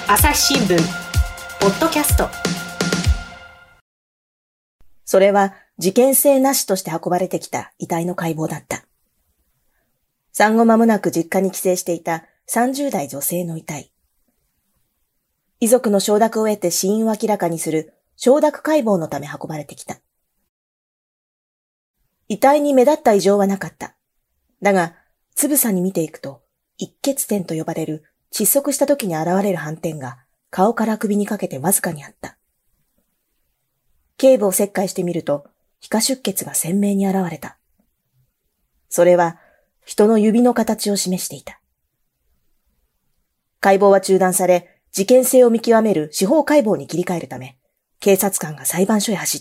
朝日新聞ポッドキャスト。 それは事件性なしとして運ばれてきた遺体の解剖だった。産後間もなく実家に帰省していた30代女性の遺体。遺族の承諾を得て死因を明らかにする承諾解剖のため運ばれてきた。遺体に目立った異常はなかった。だが、つぶさに見ていくと、一血点と呼ばれる窒息した時に現れる斑点が顔から首にかけてわずかにあった。頸部を切開してみると、皮下出血が鮮明に現れた。それは、人の指の形を示していた。解剖は中断され、事件性を見極める司法解剖に切り替えるため、警察官が裁判所へ走った。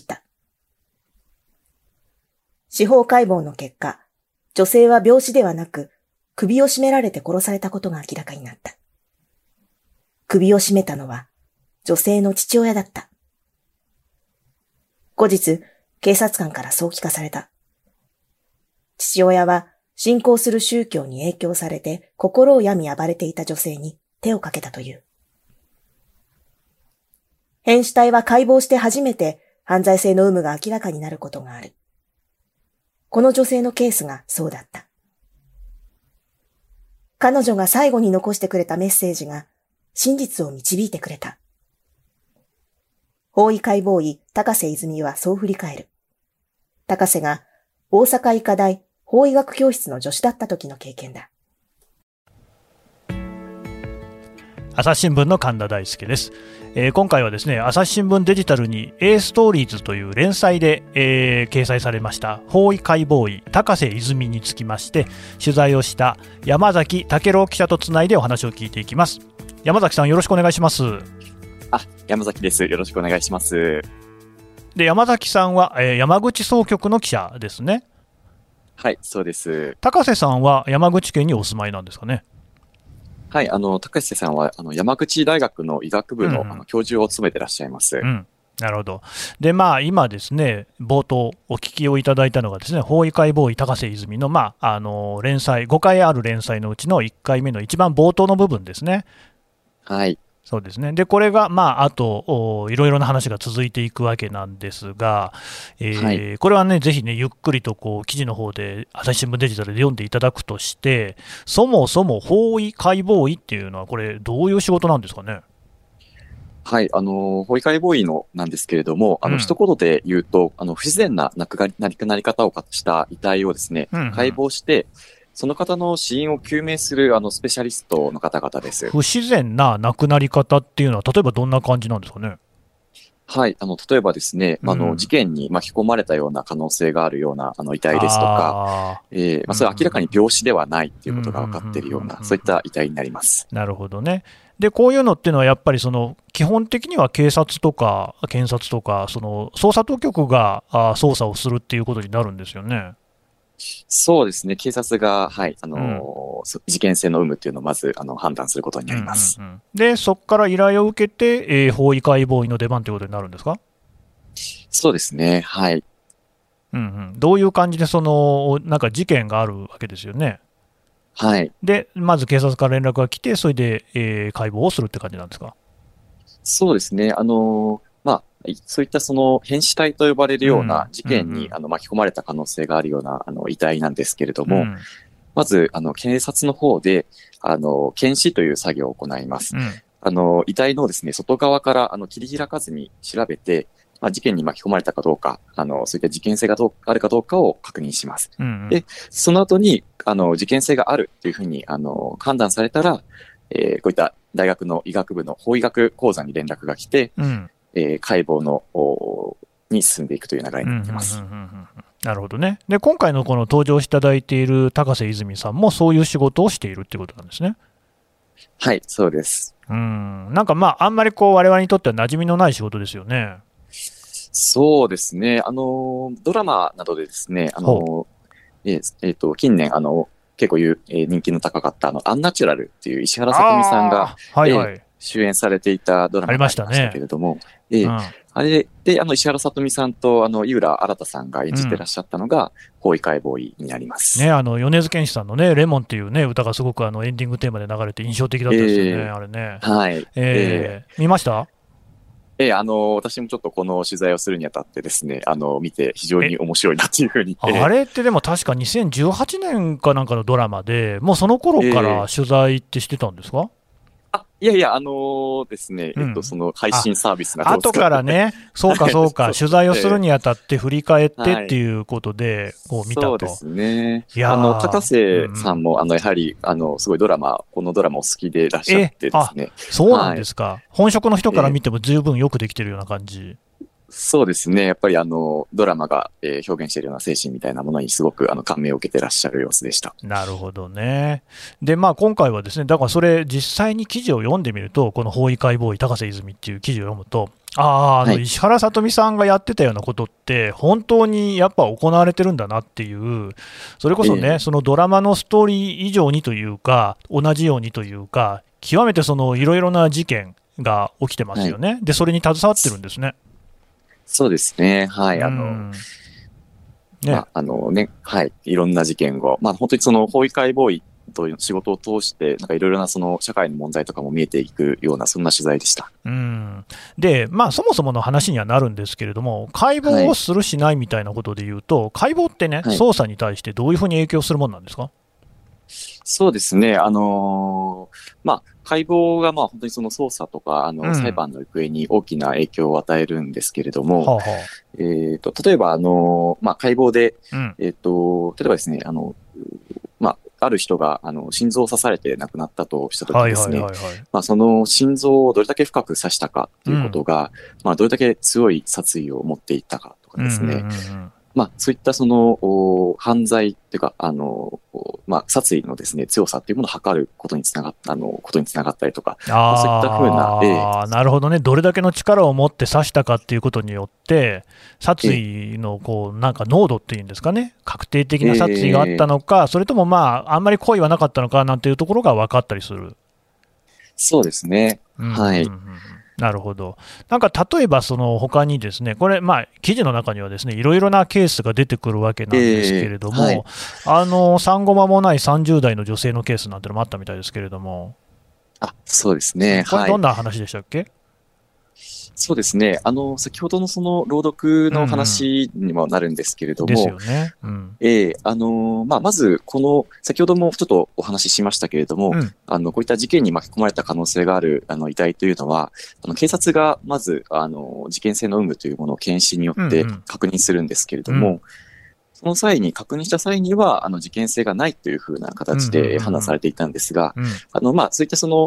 司法解剖の結果、女性は病死ではなく、首を絞められて殺されたことが明らかになった。首を絞めたのは、女性の父親だった。後日、警察官からそう聞かされた。父親は、信仰する宗教に影響されて心を病み暴れていた女性に手をかけたという。変死体は解剖して初めて犯罪性の有無が明らかになることがある。この女性のケースがそうだった。彼女が最後に残してくれたメッセージが真実を導いてくれた。法医解剖医高瀬泉はそう振り返る。高瀬が大阪医科大法医学教室の助手だった時の経験だ。 朝日新聞の神田大輔です。今回はですね、朝日新聞デジタルに A ストーリーズという連載で、掲載されました法医解剖医高瀬泉につきまして取材をした山崎武郎記者とつないでお話を聞いていきます。山崎さん、よろしくお願いします。 山崎です。よろしくお願いします。 で、山崎さんは、山口総局の記者ですね。 はい、そうです。 高瀬さんは山口県にお住まいなんですかね。 はい、高瀬さんは山口大学の医学部の、教授を務めていらっしゃいます。 なるほど。で、今ですね、冒頭お聞きをいただいたのがですね、法医解剖医高瀬泉の、連載、5回ある連載のうちの1回目の一番冒頭の部分ですね。 はい。 そうですね。で、これが、あと、いろいろな話が続いていくわけなんですが、これはね、ぜひね、ゆっくりと記事の方で、朝日新聞デジタルで読んでいただくとして、そもそも法医解剖医っていうのは、これ、どういう仕事なんですかね。 はい、法医解剖医のなんですけれども、一言で言うと、不自然な亡くなり方をした遺体をですね、解剖して、その方の死因を究明するスペシャリストの方々です。 不自然な亡くなり方っていうのは、例えばどんな感じなんですかね。 はい、例えばですね、事件に巻き込まれたような可能性があるような遺体ですとか、それは明らかに病死ではないということが分かっているような、そういった遺体になります。 なるほどね。で、こういうのっていうのは、やっぱり基本的には警察とか検察とか、捜査当局が捜査をするっていうことになるんですよね。 そうですね。警察が、はい、事件性の有無っていうのをまず判断することになります。 で、そこから依頼を受けて、法医解剖医の出番ということになるんですか？ そうですね。はい。 どういう感じでなんか事件があるわけですよね。 はい。 で、まず警察から連絡が来て、それで、解剖をするって感じなんですか？ そうですね。そういった変死体と呼ばれるような事件に巻き込まれた可能性があるような遺体なんですけれども、まず警察の方で検視という作業を行います。遺体のですね、外側から切り開かずに調べて、事件に巻き込まれたかどうか、そういった事件性があるかどうかを確認します。で、その後に事件性があるというふうに判断されたら、こういった大学の医学部の法医学講座に連絡が来て、解剖に進んでいくという流れになっています。 なるほどね。で、今回のこの登場していただいている高瀬泉さんもそういう仕事をしているってことなんですね。 はい、そうです。 なんかあんまり我々にとっては馴染みのない仕事ですよね。 そうですね。ドラマなどでですね、近年結構人気の高かったアンナチュラルっていう石原さとみさんが、 主演されていたドラマがありましたけれども、あれで、石原さとみさんと、井浦新さんが演じてらっしゃったのが、法医解剖医になります。 ね、米津玄師さんのね、レモンっていうね、歌がすごくエンディングテーマで流れて印象的だったですよね、あれね。 はい。 見ました？ 私もちょっとこの取材をするにあたってですね、見て非常に面白いなっていうふうに。 あれってでも確か2018年かなんかのドラマで、もうその頃から取材ってしてたんですか？ いやいや、ですね、その配信サービスなどを使って後からね、そうかそうか、取材をするにあたって振り返ってっていうことで、こう見たと。 そうですね。高瀬さんも、やはり、すごいこのドラマを好きでいらっしゃってですね。 そうなんですか。本職の人から見ても十分よくできてるような感じ。 そうですね。やっぱりドラマが、表現しているような精神みたいなものにすごく感銘を受けてらっしゃる様子でした。 なるほどね。で、まあ今回はですね、だからそれ実際に記事を読んでみると、この法医解剖医高瀬泉っていう記事を読むと、石原さとみさんがやってたようなことって本当にやっぱ行われてるんだなっていう、それこそね、そのドラマのストーリー以上にというか、同じようにというか、極めてそのいろいろな事件が起きてますよね。で、それに携わってるんですね。 そうですね。はい。はい。いろんな事件を、本当にその法医解剖医という仕事を通して、なんかいろいろなその社会の問題とかも見えていくような、そんな取材でした。 で、そもそもの話にはなるんですけれども、解剖をするしないみたいなことで言うと、解剖ってね、捜査に対してどういうふうに影響するものなんですか？ そうですね。解剖が本当にその捜査とか、裁判の行方に大きな影響を与えるんですけれども、例えば、解剖で、例えばですね、ある人が、心臓を刺されて亡くなったとしたときですね、その心臓をどれだけ深く刺したかっていうことが、どれだけ強い殺意を持っていったかとかですね、そういったその、犯罪っていうか、殺意のですね、強さっていうものを測ることにつながったりとか、そういったふうな、 なるほどね。どれだけの力を持って刺したかっていうことによって、殺意のなんか濃度っていうんですかね、確定的な殺意があったのか、それともあんまり故意はなかったのかなんていうところが分かったりする。 そうですね。はい。 なるほど。なんか例えばその他にですね、これ記事の中にはですね、いろいろなケースが出てくるわけなんですけれども、産後間もない30代の女性のケースなんてのもあったみたいですけれども。 そうですね。 これどんな話でしたっけ？ そうですね。先ほどのその朗読の話にもなるんですけれども、 ですよね。 まず、先ほどもちょっとお話ししましたけれども、こういった事件に巻き込まれた可能性がある、遺体というのは、警察がまず、事件性の有無というものを検視によって確認するんですけれども、その際に、確認した際には、事件性がないというふうな形で判断されていたんですが、そういったその、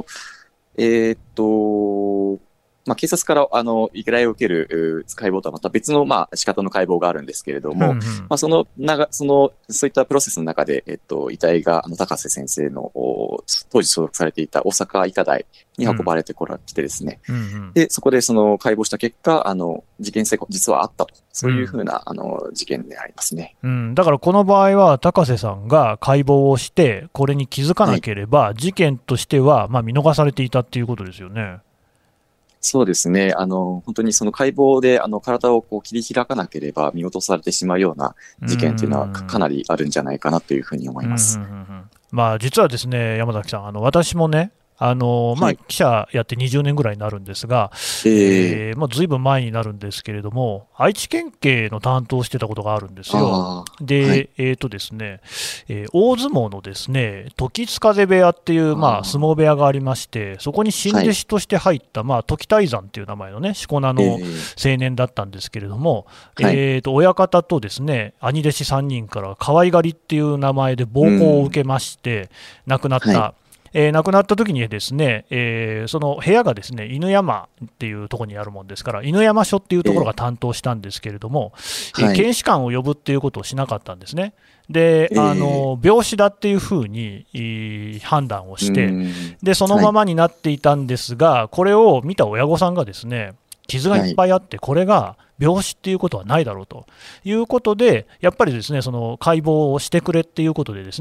警察から依頼を受ける解剖とはまた別の仕方の解剖があるんですけれども、そういったプロセスの中で遺体が高瀬先生の当時所属されていた大阪医科大に運ばれてきてですね、でそこでその解剖した結果事件性実はあったと、そういうふうな事件でありますね。 だからこの場合は高瀬さんが解剖をしてこれに気づかなければ、事件としては見逃されていたっていうことですよね。 そうですね。本当にその解剖で体を切り開かなければ見落とされてしまうような事件というのはかなりあるんじゃないかなというふうに思います。 実はですね、山崎さん、私もね、記者やって20年ぐらいになるんですが、ずいぶん前になるんですけれども、愛知県警の担当してたことがあるんですよ。で、ですね、大相撲のですね、時津風部屋っていう相撲部屋がありまして、そこに新弟子として入った、時泰山っていう名前のね、しこ名の青年だったんですけれども、親方とですね、兄弟子3人から可愛がりっていう名前で暴行を受けまして、亡くなった。亡くなった時にですね、その部屋がですね、犬山っていうところにあるもんですから、犬山署っていうところが担当したんですけれども、検視官を呼ぶっていうことをしなかったんですね。で、病死だっていうふうに判断をして、で、そのままになっていたんですが、これを見た親御さんがですね、傷がいっぱいあって、これが病死っていうことはないだろうということで、やっぱりですね、その解剖をしてくれっていうことでですね、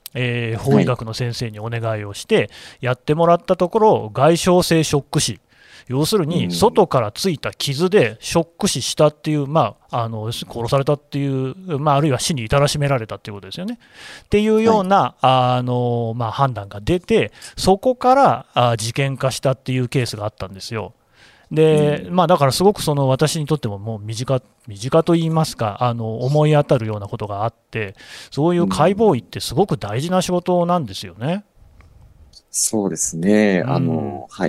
法医学の先生にお願いをしてやってもらったところ、外傷性ショック死、要するに外からついた傷でショック死したっていう、殺されたっていう、あるいは死に至らしめられたっていうことですよね。っていうような、判断が出て、そこから事件化したっていうケースがあったんですよ。で、だからすごく私にとってももう身近と言いますか、思い当たるようなことがあって、そういう解剖医ってすごく大事な仕事なんですよね。 そうですね。はい。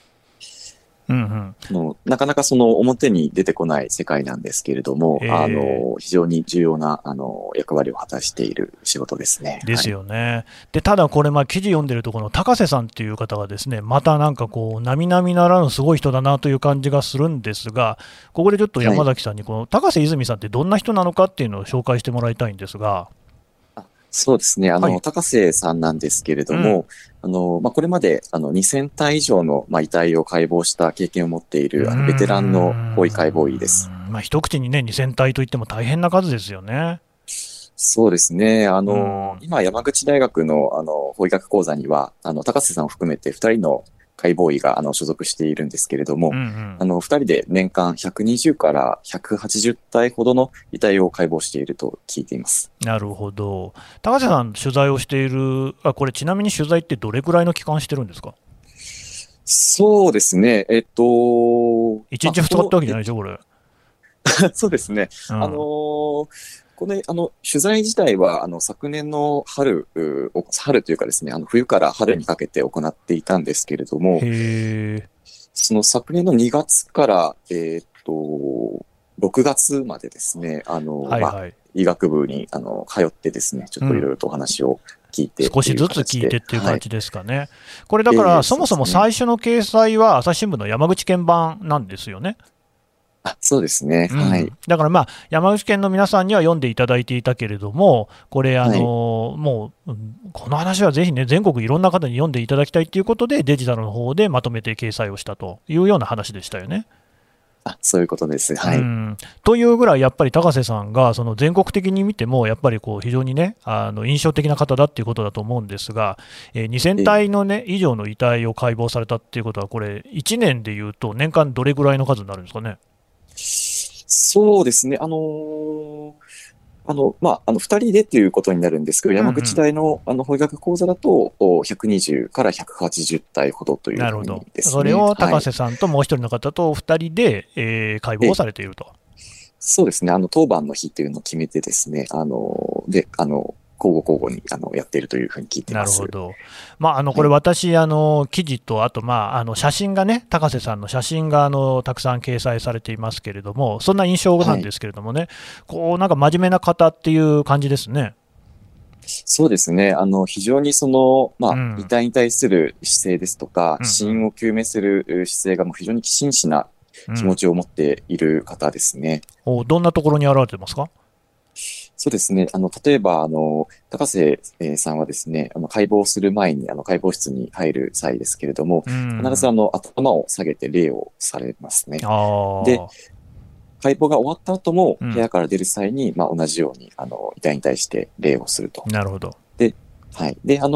なかなか表に出てこない世界なんですけれども、非常に重要な役割を果たしている仕事ですね。 ですよね。はい、でただこれ、記事読んでると、この高瀬さんっていう方がですね、またなんかこう、並々ならぬすごい人だなという感じがするんですが、ここでちょっと山崎さんに、この高瀬泉さんってどんな人なのかっていうのを紹介してもらいたいんですが。 そうですね。高瀬さんなんですけれども、これまで、2000体以上の、遺体を解剖した経験を持っている、ベテランの法医解剖医です。 一口にね、2000体といっても大変な数ですよね。 そうですね。今、山口大学の、法医学講座には、高瀬さんを含めて2人の解剖医が所属しているんですけれども、2人で年間120から180体ほどの遺体を解剖していると聞いています。 なるほど。高瀬さん、取材をしている、これ、ちなみに取材ってどれくらいの期間してるんですか？ そうですね。1 日2日ってわけじゃないでしょ、これ。 そうですね。これ、取材自体は、昨年の春というかですね、冬から春にかけて行っていたんですけれども、その昨年の2月から、6月までですね、医学部に、通ってですね、ちょっといろいろとお話を聞いて、 少しずつ聞いてっていう感じですかね。これだから、そもそも最初の掲載は朝日新聞の山口県版なんですよね。 そうですね。はい。 だから山口県の皆さんには読んでいただいていたけれども、これ、もう、この話はぜひね、全国いろんな方に読んでいただきたいということで、デジタルの方でまとめて掲載をしたというような話でしたよね。 そういうことです。はい。 というぐらい、やっぱり高瀬さんが、全国的に見ても、やっぱり非常にね、印象的な方だっていうことだと思うんですが、2000体のね、以上の遺体を解剖されたっていうことは、これ、1年でいうと、年間どれぐらいの数になるんですかね。 そうですね。二人でっていうことになるんですけど、山口大の、法医学講座だと、120から180体ほどというふうにですね。 なるほど。それを高瀬さんともう一人の方と二人で、解剖をされていると。 そうですね。当番の日っていうのを決めてですね、交互にやっているというふうに聞いています。 なるほど。これ私、記事と、あと、写真がね、高瀬さんの写真がたくさん掲載されていますけれども、そんな印象なんですけれどもね、なんか真面目な方っていう感じですね。 そうですね。非常に遺体に対する姿勢ですとか、死因を究明する姿勢がもう非常に真摯な気持ちを持っている方ですね。 どんなところに現れてますか？ そうですね。例えば、高瀬さんはですね、解剖する前に、解剖室に入る際ですけれども、必ず頭を下げて礼をされますね。で、解剖が終わった後も、部屋から出る際に、同じように、遺体に対して礼をすると。 なるほど。 で、はい。で、解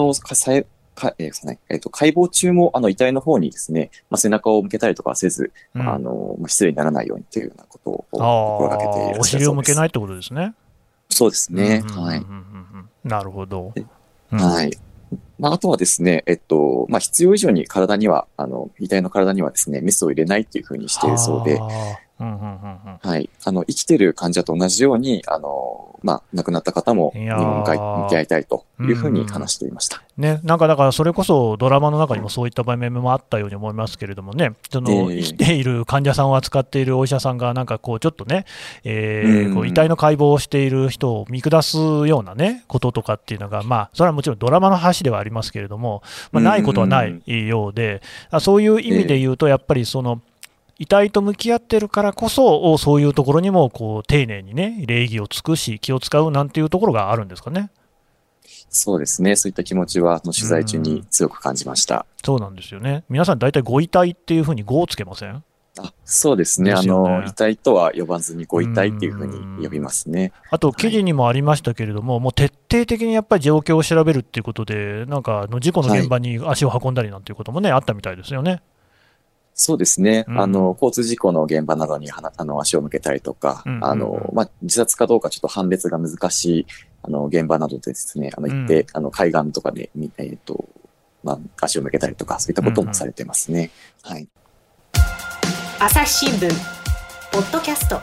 剖中も、遺体の方にですね、背中を向けたりとかはせず、失礼にならないようにというようなことを心がけていらっしゃるそうです。 お尻を向けないってことですね。 そうですね。はい。 なるほど。 はい。あとはですね、必要以上に体には、遺体の体にはですね、メスを入れないっていうふうにしているそうで、はい。生きてる患者と同じように、亡くなった方もにも向き合いたいというふうに話していました。 なんかだからそれこそドラマの中にもそういった場面もあったように思いますけれどもね、生きている患者さんを扱っているお医者さんがなんかちょっとね、遺体の解剖をしている人を見下すようなね、こととかっていうのが、それはもちろんドラマの話ではありますけれども、ないことはないようで、そういう意味で言うと、やっぱり遺体と向き合ってるからこそ、そういうところにも丁寧にね、礼儀を尽くし、気を使うなんていうところがあるんですかね。 そうですね。そういった気持ちは、取材中に強く感じました。 そうなんですよね。皆さん大体ご遺体っていうふうにごをつけません？ そうですね。 ですよね遺体とは呼ばずにご遺体っていうふうに呼びますね。 あと、記事にもありましたけれども、もう徹底的にやっぱり状況を調べるっていうことで、なんか事故の現場に足を運んだりなんていうこともね、あったみたいですよね。 そうですね。 うん交通事故の現場などに足を向けたりとか、自殺かどうかちょっと判別が難しい、現場などでですね、行って、海岸とかで、足を向けたりとか、そういったこともされてますね。はい。 朝日新聞ポッドキャスト。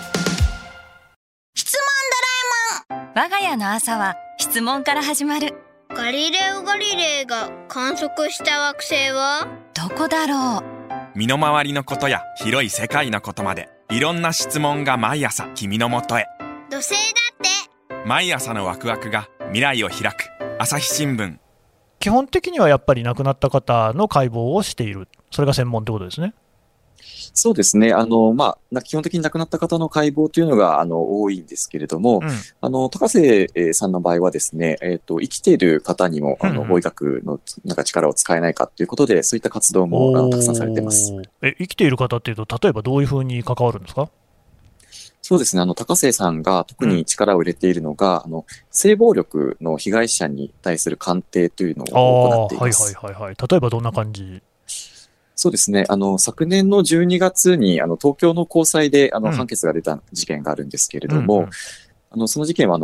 質問ドラえもん。我が家の朝は質問から始まる。 ガリレオ・ガリレイが観測した惑星はどこだろう。 身の回りのことや広い世界のことまで、いろんな質問が毎朝君のもとへ。 土星だって。 毎朝のワクワクが未来を開く。朝日新聞。 基本的にはやっぱり亡くなった方の解剖をしている。それが専門ってことですね。 そうですね。基本的に亡くなった方の解剖というのが、多いんですけれども、高瀬さんの場合はですね、生きている方にも、法医学の力を使えないかということで、そういった活動もたくさんされています。 生きている方っていうと、例えばどういうふうに関わるんですか？ そうですね。高瀬さんが特に力を入れているのが、性暴力の被害者に対する鑑定というのを行っています。 例えばどんな感じ？ そうですね。昨年の12月に、東京の高裁で、判決が出た事件があるんですけれども、その事件は、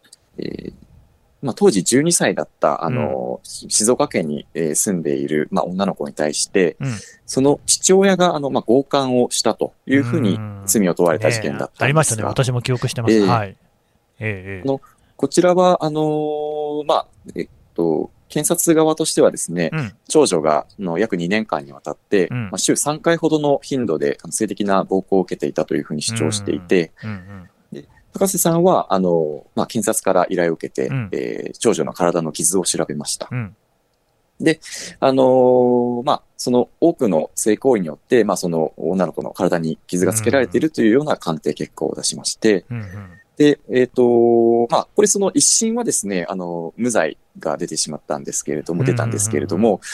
当時12歳だった、静岡県に、住んでいる、女の子に対して、その父親が、強姦をしたというふうに罪を問われた事件だったんですが、 ありましたね。私も記憶してます。はい。 こちらは、検察側としてはですね、長女が約2年間にわたって、週3回ほどの頻度で性的な暴行を受けていたというふうに主張していて、高瀬さんは、検察から依頼を受けて、長女の体の傷を調べました。で、その多くの性行為によって、その女の子の体に傷がつけられているというような鑑定結果を出しまして、で、これその一審はですね、無罪が出てしまったんですけれども、出たんですけれども、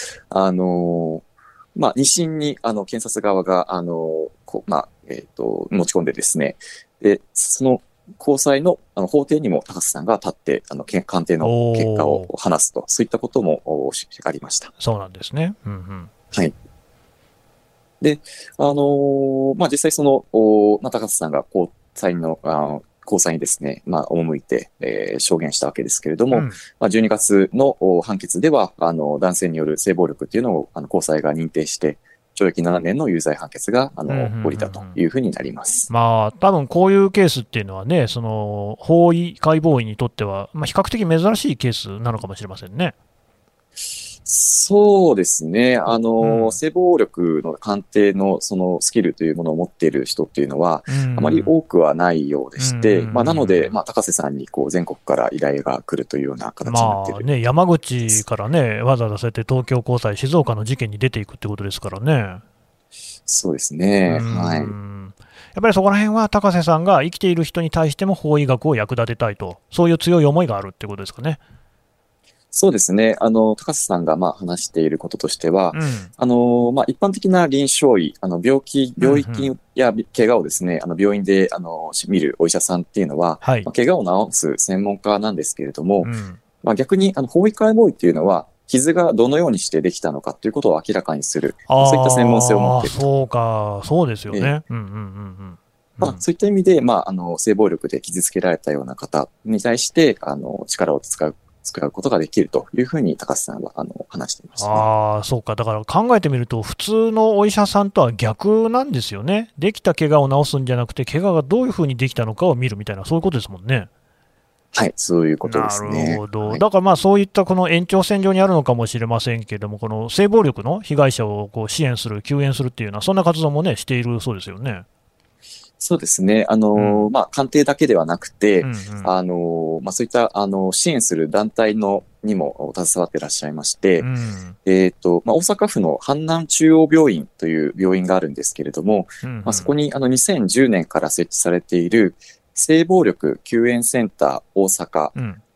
二審に、検察側が、持ち込んでですね、で、その高裁の、法廷にも高瀬さんが立って、鑑定の結果を話すと、そういったこともありました。 そうなんですね。 はい。で、実際その、高瀬さんが高裁にですね、赴いて、証言したわけですけれども、12月の判決では、男性による性暴力っていうのを、高裁が認定して、懲役7年の有罪判決が、下りたというふうになります。 多分こういうケースっていうのはね、その、法医解剖医にとっては、比較的珍しいケースなのかもしれませんね。 そうですね。性暴力の鑑定のそのスキルというものを持っている人っていうのは、あまり多くはないようでして、なので、高瀬さんに全国から依頼が来るというような形になっている。 山口からね、わざわざそうやって東京高裁、静岡の事件に出ていくってことですからね。 そうですね。はい。 やっぱりそこら辺は高瀬さんが生きている人に対しても法医学を役立てたいと、そういう強い思いがあるってことですかね。 そうですね。高瀬さんが話していることとしては、一般的な臨床医、病気や怪我をですね、病院で見るお医者さんっていうのは、怪我を治す専門家なんですけれども、逆に法医解剖医っていうのは、傷がどのようにしてできたのかということを明らかにする、そういった専門性を持っている。 そうか、そうですよね。 そういった意味で、性暴力で傷つけられたような方に対して、力を使うことができるというふうに高瀬さんは話していましたね。 そうか。だから考えてみると、普通のお医者さんとは逆なんですよね。できた怪我を治すんじゃなくて、怪我がどういうふうにできたのかを見るみたいな、そういうことですもんね。 はい、そういうことですね。 なるほど。だからそういったこの延長線上にあるのかもしれませんけれども、この性暴力の被害者を支援する、救援するっていうような、そんな活動もね、しているそうですよね。 そうですね。鑑定だけではなくて、そういった、支援する団体にも携わっていらっしゃいまして、大阪府の阪南中央病院という病院があるんですけれども、そこに2010年から設置されている性暴力救援センター大阪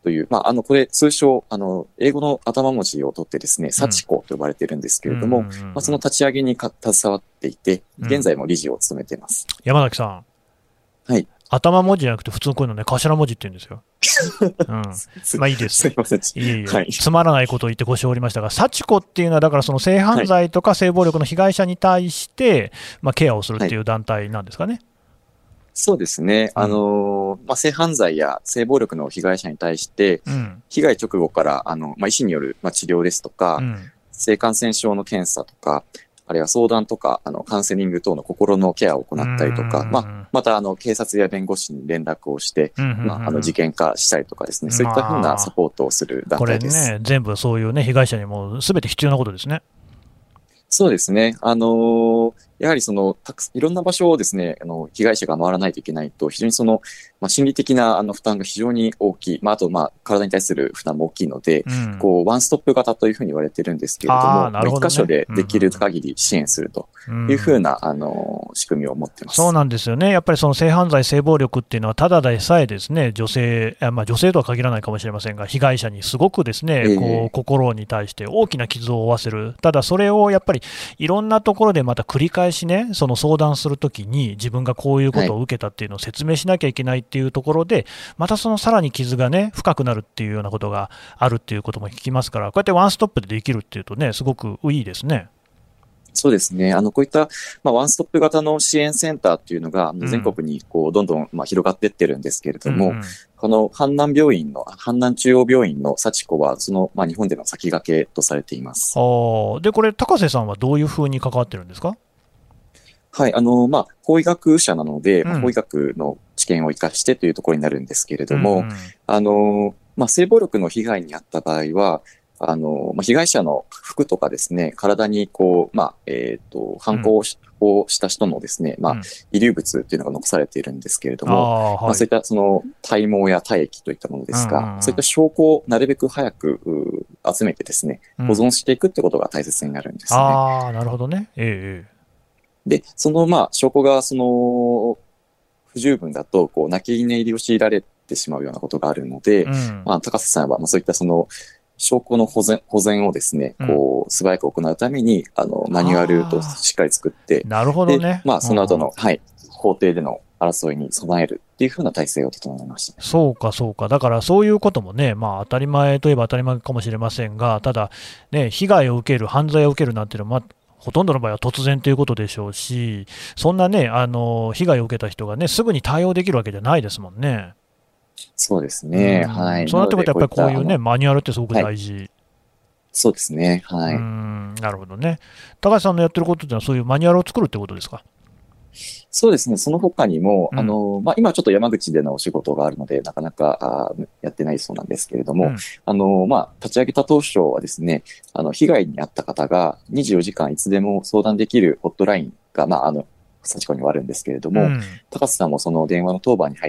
という、これ通称、英語の頭文字を取ってですね、幸子と呼ばれてるんですけれども、その立ち上げに携わっていて、現在も理事を務めています。 山崎さん。 はい。 頭文字じゃなくて普通こういうのね、頭文字って言うんですよ。まあいいです。 すいません。 はい。つまらないことを言ってごしておりましたが、幸子っていうのは、だからその性犯罪とか性暴力の被害者に対して、ケアをするっていう団体なんですかね。 そうですね。性犯罪や性暴力の被害者に対して、被害直後から、医師による、治療ですとか、性感染症の検査とか、あるいは相談とか、カウンセリング等の心のケアを行ったりとか、また、警察や弁護士に連絡をして、事件化したりとかですね、そういったふうなサポートをする団体です。 これね、全部そういうね、被害者にも全て必要なことですね。 そうですね。やはりいろんな場所をですね、被害者が回らないといけないと、非常に心理的な負担が非常に大きい。あと、体に対する負担も大きいので、ワンストップ型というふうに言われてるんですけれども、一箇所でできる限り支援するというふうな、仕組みを持ってます。 そうなんですよね。やっぱりその性犯罪、性暴力っていうのは、ただでさえですね、女性とは限らないかもしれませんが、被害者にすごくですね、心に対して大きな傷を負わせる。ただ、それをやっぱりいろんなところでまた繰り返しね、その相談するときに自分がこういうことを受けたっていうのを説明しなきゃいけないっていうところで、またそのさらに傷がね、深くなるっていうようなことがあるっていうことも聞きますから、こうやってワンストップでできるっていうとね、すごくいいですね。 そうですね。こういった、ワンストップ型の支援センターっていうのが、全国にどんどん、広がっていってるんですけれども、この阪南中央病院の幸子は、日本での先駆けとされています。 で、これ、高瀬さんはどういうふうに関わってるんですか？ はい、法医学者なので、法医学の知見を生かしてというところになるんですけれども、性暴力の被害に遭った場合は、被害者の服とかですね、体に犯行をした人のですね、遺留物っていうのが残されているんですけれども、そういった体毛や体液といったものですが、そういった証拠をなるべく早く集めてですね、保存していくってことが大切になるんですね。 なるほどね。 で、証拠が不十分だと、泣き寝入りを強いられてしまうようなことがあるので、高瀬さんは、そういった証拠の保全をですね、素早く行うために、マニュアルとしっかり作って、 なるほどね。 その後の、法廷での争いに備えるっていうふうな体制を整えました。 そうか、そうか。だからそういうこともね、当たり前といえば当たり前かもしれませんが、ただ、ね、被害を受ける、犯罪を受けるなんていうのは、ほとんどの場合は突然ということでしょうし、そんなね、被害を受けた人がね、すぐに対応できるわけじゃないですもんね。 そうですね。はい。 そうなってくると、やっぱりこういうね、マニュアルってすごく大事。 そうですね。はい。 なるほどね。高橋さんのやってることっていうのは、そういうマニュアルを作るってことですか？ そうですね。その他にも、今ちょっと山口でのお仕事があるので、なかなかやってないそうなんですけれども、立ち上げた当初はですね、被害に遭った方が24時間いつでも相談できるホットラインが、幸子にはあるんですけれども、高瀬さんもその電話の当番に入って、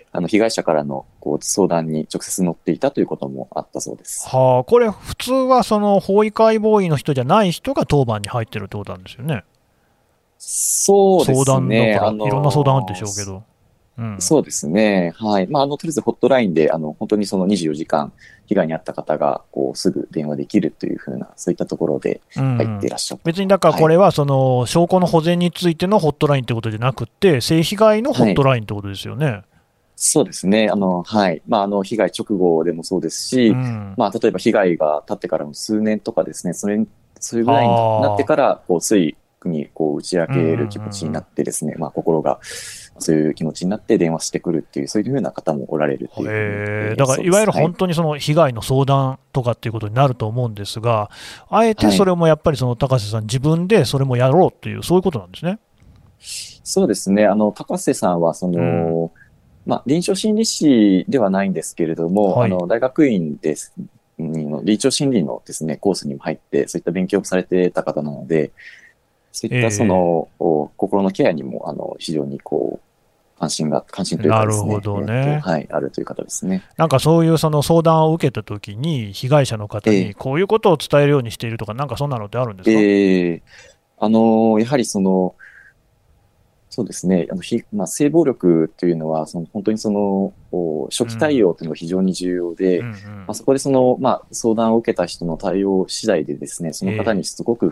被害者からの相談に直接乗っていたということもあったそうです。 これ普通は法医解剖医の人じゃない人が当番に入ってるってことなんですよね。 そうですね。 相談だからいろんな相談あるでしょうけど。 そうですね。はい。とりあえずホットラインで、本当に24時間被害に遭った方が、すぐ電話できるというふうな、そういったところで入っていらっしゃる。 別にだからこれは、証拠の保全についてのホットラインってことじゃなくて、性被害のホットラインってことですよね。 そうですね。はい。被害直後でもそうですし、例えば被害が経ってからも数年とかですね、それぐらいになってから、ついに打ち明ける気持ちになってですね、心がそういう気持ちになって電話してくるっていう、そういうふうな方もおられるっていう。 だからいわゆる本当に被害の相談とかっていうことになると思うんですが、あえてそれもやっぱり高瀬さん自分でそれもやろうっていう、そういうことなんですね。 そうですね。高瀬さんは臨床心理士ではないんですけれども、大学院です。臨床心理のですね、コースにも入って、そういった勉強をされてた方なので、そういった心のケアにも、非常に関心というかですね。 なるほどね。 はい、あるという方ですね。 なんかそういう相談を受けたときに、被害者の方にこういうことを伝えるようにしているとか、なんかそんなのってあるんですか？ やはりそうですね。性暴力というのは、本当に初期対応というのが非常に重要で、そこで相談を受けた人の対応次第でですね、その方にすごく、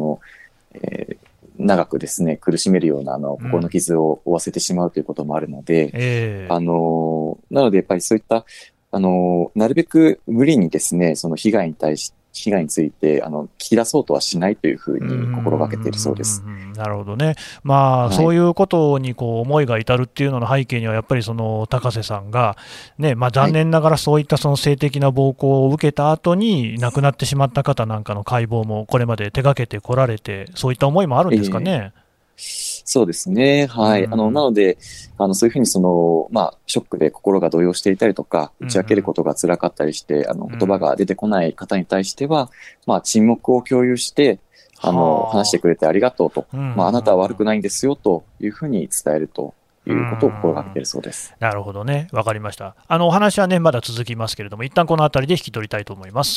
長くですね、苦しめるような、心の傷を負わせてしまうということもあるので、なので、やっぱりそういった、なるべく無理にですね、その被害について聞き出そうとはしないというふうに心がけているそうです。 なるほどね。そういうことに思いが至るっていうのの背景には、やっぱり高瀬さんが、ね、残念ながらそういった性的な暴行を受けた後に亡くなってしまった方なんかの解剖もこれまで手がけてこられて、そういった思いもあるんですかね。 そうですね。はい。なので、そういうふうにショックで心が動揺していたりとか、打ち明けることが辛かったりして、言葉が出てこない方に対しては、沈黙を共有して、話してくれてありがとうと、あなたは悪くないんですよというふうに伝えるということを心がけているそうです。 なるほどね。わかりました。お話はね、まだ続きますけれども、一旦このあたりで引き取りたいと思います。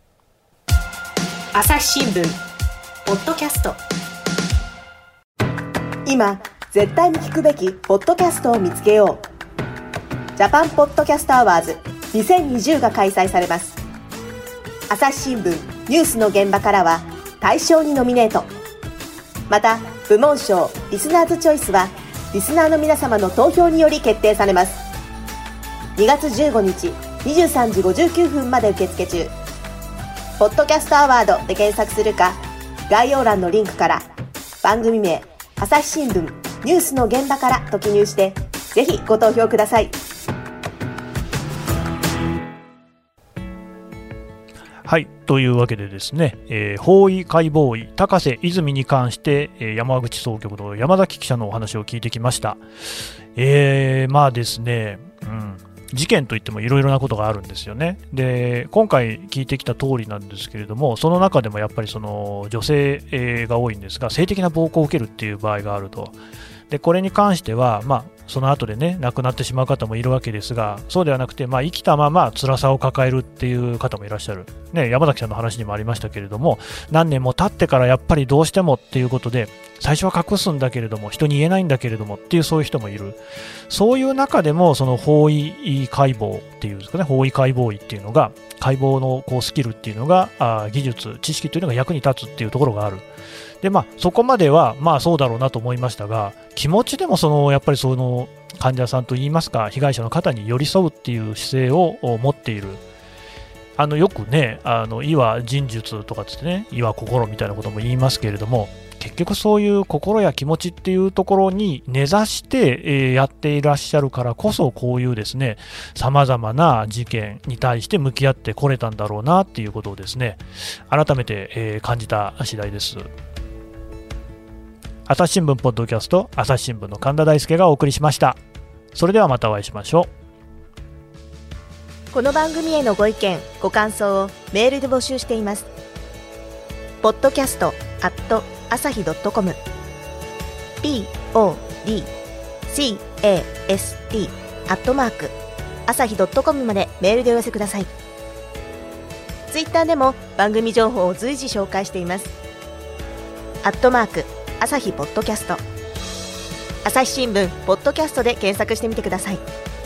朝日新聞ポッドキャスト。 今絶対に聞くべきポッドキャストを見つけよう。ジャパンポッドキャストアワーズ2020が開催されます。朝日新聞ニュースの現場からは大賞にノミネート。また部門賞リスナーズチョイスはリスナーの皆様の投票により決定されます。2月15日23時59分まで受付中。ポッドキャストアワードで検索するか、概要欄のリンクから番組名朝日新聞ニュースの現場からと記入して、ぜひご投票ください。 はい、というわけでですね、法医解剖医高瀬いずみに関して、山口総局の山崎記者のお話を聞いてきました。ですね、事件といってもいろいろなことがあるんですよね。で、今回聞いてきた通りなんですけれども、その中でもやっぱり女性が多いんですが、性的な暴行を受けるっていう場合があると。で、これに関しては、その後でね、亡くなってしまう方もいるわけですが、そうではなくて、生きたまま辛さを抱えるっていう方もいらっしゃる。ね、山崎さんの話にもありましたけれども、何年も経ってからやっぱりどうしてもっていうことで、最初は隠すんだけれども、人に言えないんだけれどもっていう、そういう人もいる。そういう中でも、法医解剖っていうんですかね、法医解剖医っていうのが、解剖のスキルっていうのが、技術、知識というのが役に立つっていうところがある。で、そこまでは、そうだろうなと思いましたが、気持ちでもやっぱり患者さんといいますか、被害者の方に寄り添うっていう姿勢を持っている。よくね、医は人術とかつってね、医は心みたいなことも言いますけれども、結局そういう心や気持ちっていうところに根ざして、やっていらっしゃるからこそ、こういうですね、様々な事件に対して向き合ってこれたんだろうなっていうことをですね、改めて、感じた次第です。朝日新聞ポッドキャスト、朝日新聞の神田大輔がお送りしました。それではまたお会いしましょう。この番組へのご意見ご感想をメールで募集しています。podcast@asahi.com podcast@asahi.com までメールでお寄せください。ツイッターでも番組情報を随時紹介しています。朝日ポッドキャスト、朝日新聞ポッドキャストで検索してみてください。